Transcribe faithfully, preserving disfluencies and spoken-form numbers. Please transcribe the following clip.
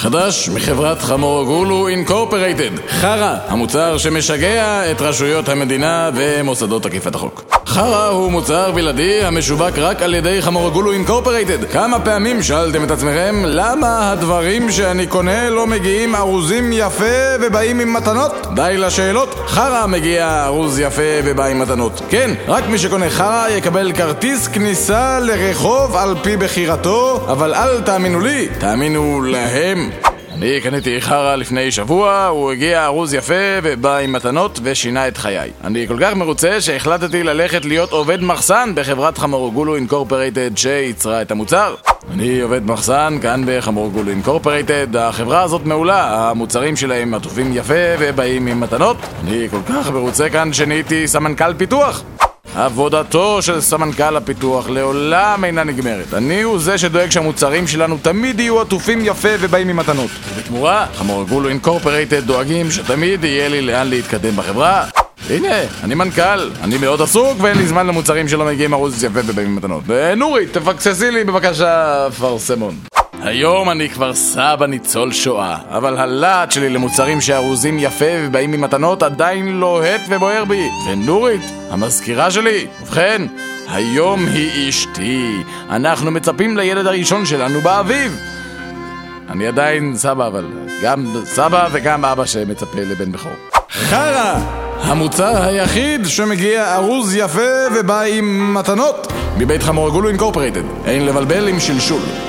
חדש מחברת חמורגולו אינקורפרייטד. חרה, המוצר שמשגע את רשויות המדינה ומוסדות אכיפת החוק. חרה הוא מוצר בלעדי המשווק רק על ידי חמורגולו אינקורפרייטד. כמה פעמים שאלתם את עצמכם למה הדברים שאני קונה לא מגיעים ארוזים יפה ובאים עם מתנות? די לשאלות, חרה מגיע ארוז יפה ובא עם מתנות. כן, רק מי שקונה חרה יקבל כרטיס כניסה לרחוב על פי בחירתו, אבל אל תאמינו לי, תאמינו להם. אני קניתי חרה לפני שבוע, הוא הגיע ארוז יפה ובא עם מתנות ושינה את חיי. אני כל כך מרוצה שהחלטתי ללכת להיות עובד מחסן בחברת חמורגולו אינקורפרייטד שייצרה את המוצר. אני עובד מחסן כאן בחמורגולו אינקורפרייטד. החברה הזאת מעולה, המוצרים שלהם עטופים יפה ובאים עם מתנות. אני כל כך מרוצה כאן שנהייתי סמנכ"ל פיתוח. עבודתו של סמנכ"ל הפיתוח לעולם אינה נגמרת. אני הוא זה שדואג שהמוצרים שלנו תמיד יהיו עטופים יפה ובאים עם מתנות. בתמורה, חמורגולו אינקורפרייטד דואגים שתמיד יהיה לי לאן להתקדם בחברה. הנה, אני מנכ"ל, אני מאוד עסוק ואין לי זמן למוצרים שלא מגיעים ארוז יפה ובאים עם מתנות. נורית, תפקססי לי בבקשה פרסמון. היום אני כבר סבא ניצול שואה, אבל הלהט שלי למוצרים שארוזים יפה ובאים עם מתנות עדיין לוהט ובוער בי. ונורית, המזכירה שלי, ובכן, היום היא אשתי. אנחנו מצפים לילד הראשון שלנו באביב. אני עדיין סבא, אבל גם סבא וגם אבא שמצפה לבן בכור. חרה, המוצר היחיד שמגיע ארוז יפה ובא עם מתנות מבית חמורגולו אינקורפרייטד. אין לבלבל עם שלשול.